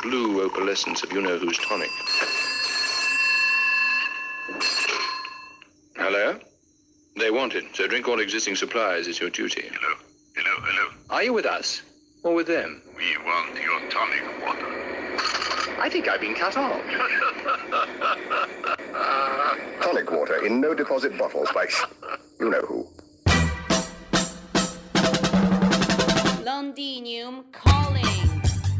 Speaker 7: blue opalescence of you-know-who's tonic. Hello? They want it, so drink all existing supplies. It's your duty.
Speaker 8: Hello, hello, hello.
Speaker 7: Are you with us? Or with them?
Speaker 8: We want your tonic water.
Speaker 7: I think I've been cut off.
Speaker 9: Tonic water in no deposit bottles by you know who.
Speaker 10: Londinium calling.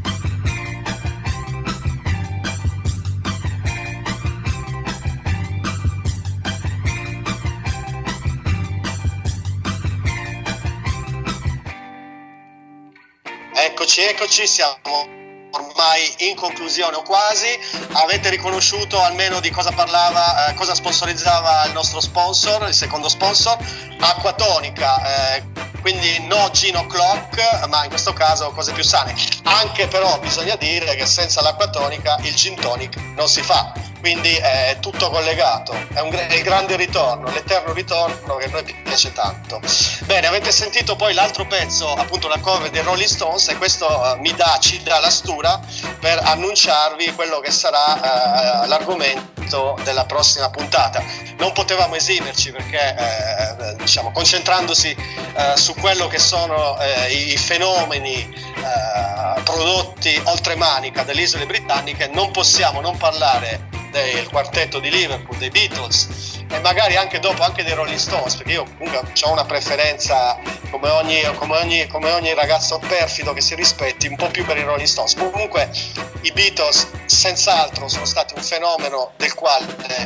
Speaker 2: Eccoci, siamo ormai in conclusione o quasi. Avete riconosciuto almeno di cosa parlava, cosa sponsorizzava il nostro sponsor, il secondo sponsor, Acquatonica, quindi no gin o'clock, ma in questo caso cose più sane. Anche però bisogna dire che senza l'acquatonica il gin tonic non si fa, quindi è tutto collegato, è il grande ritorno, l'eterno ritorno che a noi piace tanto. Bene, avete sentito poi l'altro pezzo, appunto una cover dei Rolling Stones, e questo ci dà la stura per annunciarvi quello che sarà l'argomento della prossima puntata. Non potevamo esimerci perché diciamo, concentrandosi su quello che sono i fenomeni prodotti oltremanica delle isole britanniche, non possiamo non parlare del quartetto di Liverpool, dei Beatles, e magari anche dopo anche dei Rolling Stones, perché io comunque ho una preferenza, come ogni ragazzo perfido che si rispetti, un po' più per i Rolling Stones. Comunque i Beatles senz'altro sono stati un fenomeno del quale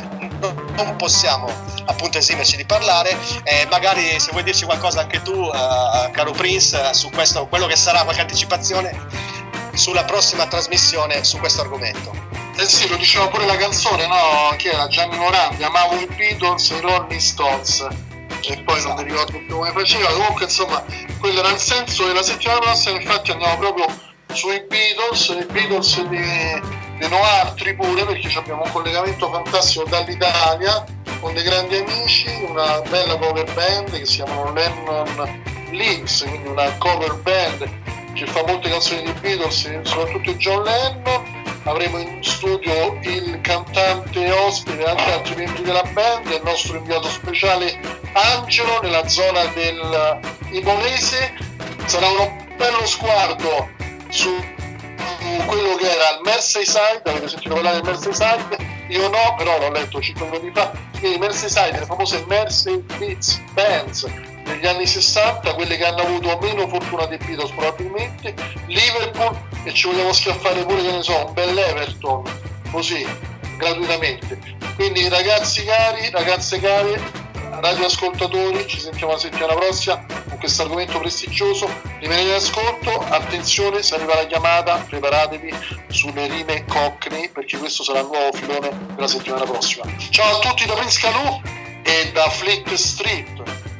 Speaker 2: non possiamo appunto esimerci di parlare, e magari se vuoi dirci qualcosa anche tu, caro Prince, su questo, quello che sarà, qualche anticipazione sulla prossima trasmissione su questo argomento.
Speaker 4: Sì, lo diceva pure la canzone, no? Che era Gianni Morandi, amavo i Beatles e i Rolling Stones, e poi non mi ricordo più come faceva. Comunque insomma, quello era il senso. E la settimana prossima infatti andiamo proprio sui Beatles, i Beatles di Noartri pure, perché abbiamo un collegamento fantastico dall'Italia con dei grandi amici, una bella cover band che si chiamano Lennon Leaks, quindi una cover band che fa molte canzoni di Beatles, soprattutto di John Lennon. Avremo in studio il cantante ospite e anche altri membri della band, il nostro inviato speciale Angelo nella zona del Imonese. Sarà un bello sguardo su quello che era il Merseyside. Avete sentito parlare del Merseyside? Io no, però l'ho letto 5 minuti fa. Il Merseyside, le famose Mercedes Benz negli anni 60, quelle che hanno avuto meno fortuna dei Beatles probabilmente, Liverpool, e ci vogliamo schiaffare pure, che ne so, un bel Everton, così, gratuitamente. Quindi ragazzi cari, ragazze care, radioascoltatori, ci sentiamo la settimana prossima con questo argomento prestigioso. Rimanete in ascolto, attenzione, se arriva la chiamata, preparatevi sulle rime Cockney, perché questo sarà il nuovo filone della settimana prossima. Ciao a tutti da Prince Calù e da Flick Street.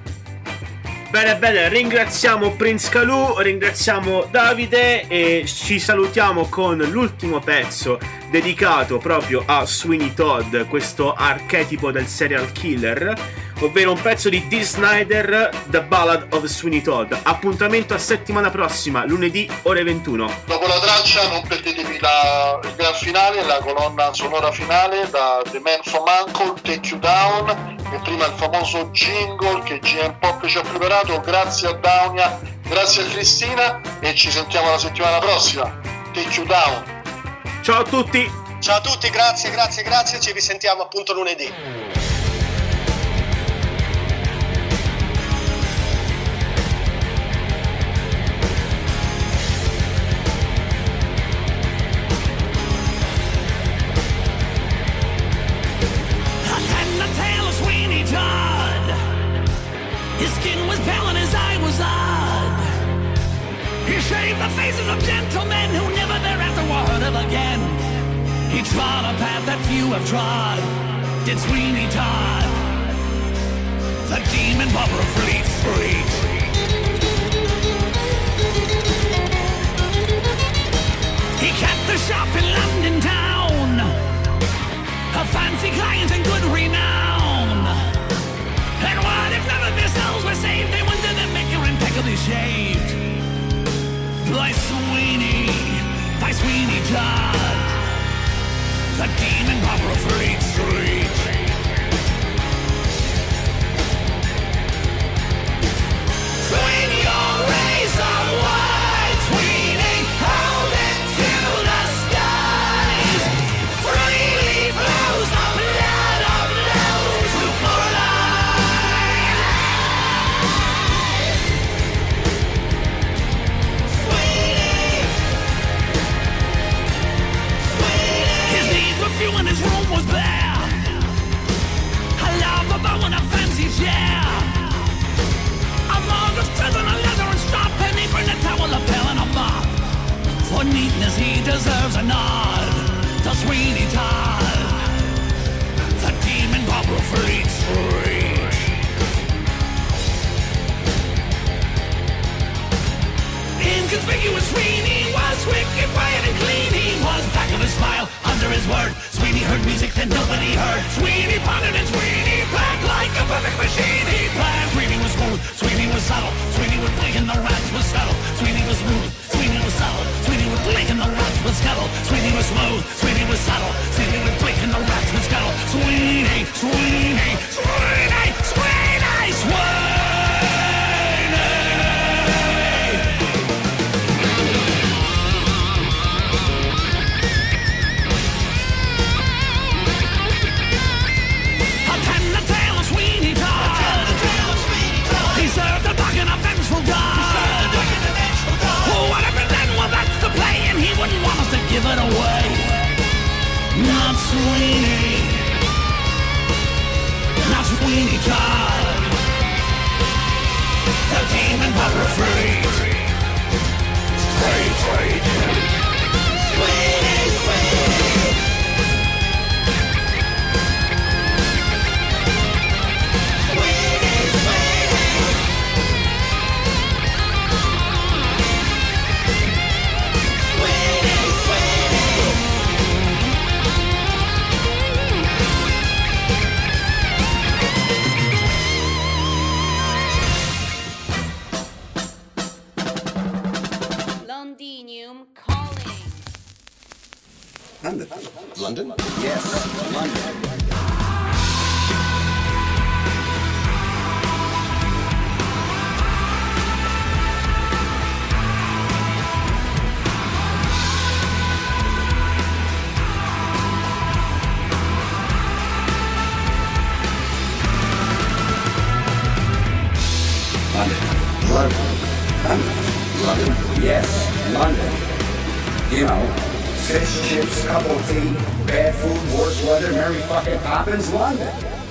Speaker 3: Bene, ringraziamo Prince Calù, ringraziamo Davide e ci salutiamo con l'ultimo pezzo dedicato proprio a Sweeney Todd, questo archetipo del serial killer, ovvero un pezzo di Dee Snider, The Ballad of Sweeney Todd. Appuntamento a settimana prossima, lunedì ore 21.
Speaker 4: Dopo la traccia non perdetevi il gran finale, la colonna sonora finale da The Man from Uncle, Take You Down, e prima il famoso jingle che GM Pop ci ha preparato. Grazie a Daunia, grazie a Cristina, e ci sentiamo la settimana prossima. Take You Down.
Speaker 3: Ciao a tutti.
Speaker 2: Ciao a tutti, grazie, ci risentiamo appunto lunedì.
Speaker 5: His skin was pale and his eye was odd. He shaved the faces of gentlemen who never thereafter were heard of again. He trod a path that few have trod, did Sweeney Todd, the demon barber of Fleet Street. He kept the shop in London town, a fancy client and good renown. And what if none of their souls were saved? They went to the Maker impeccably shaved. By Sweeney Sweeney Todd, the demon popper of Fleet Street. Sweeney, your razor wide, Sweeney, hold it to the skies. Freely flows the blood of those who mourn. Sweeney, his needs were few and his room was bare. A love, a bow and a fancy chair. A mug of feather and a leather and strap, an apron, a towel, a pail and a mop. For neatness he deserves a nod. The Sweeney Todd, the demon popper of Fleet Street. Inconspicuous Sweeney was wicked, quiet and clean. He was back of his smile, under his word. Sweeney heard music that nobody heard. Sweeney pondered and Sweeney planned like a perfect machine. He planned. Sweeney was smooth, Sweeney was subtle. Sweeney would blink and the rats would scuttle. Sweeney was smooth, Sweeney was subtle. Sweeney would blink and the rats would scuttle. Sweeney was smooth, Sweeney was subtle. Sweeney would blink and the rats would scuttle. Sweeney, Sweeney, Sweeney, Sweeney, Sweeney. He served a buck and a vengeful God. What happened then? Well, that's the play, and he wouldn't want us to give it away. Not Sweeney, not Sweeney Todd, the demon popper of Fleet Street. Sweeney, Sweeney.
Speaker 10: Londinium calling.
Speaker 6: London. London? Yes, London.
Speaker 11: London, yes, London. You know, fish, chips, couple of tea, bad food, worse weather, Mary fucking Poppins, London.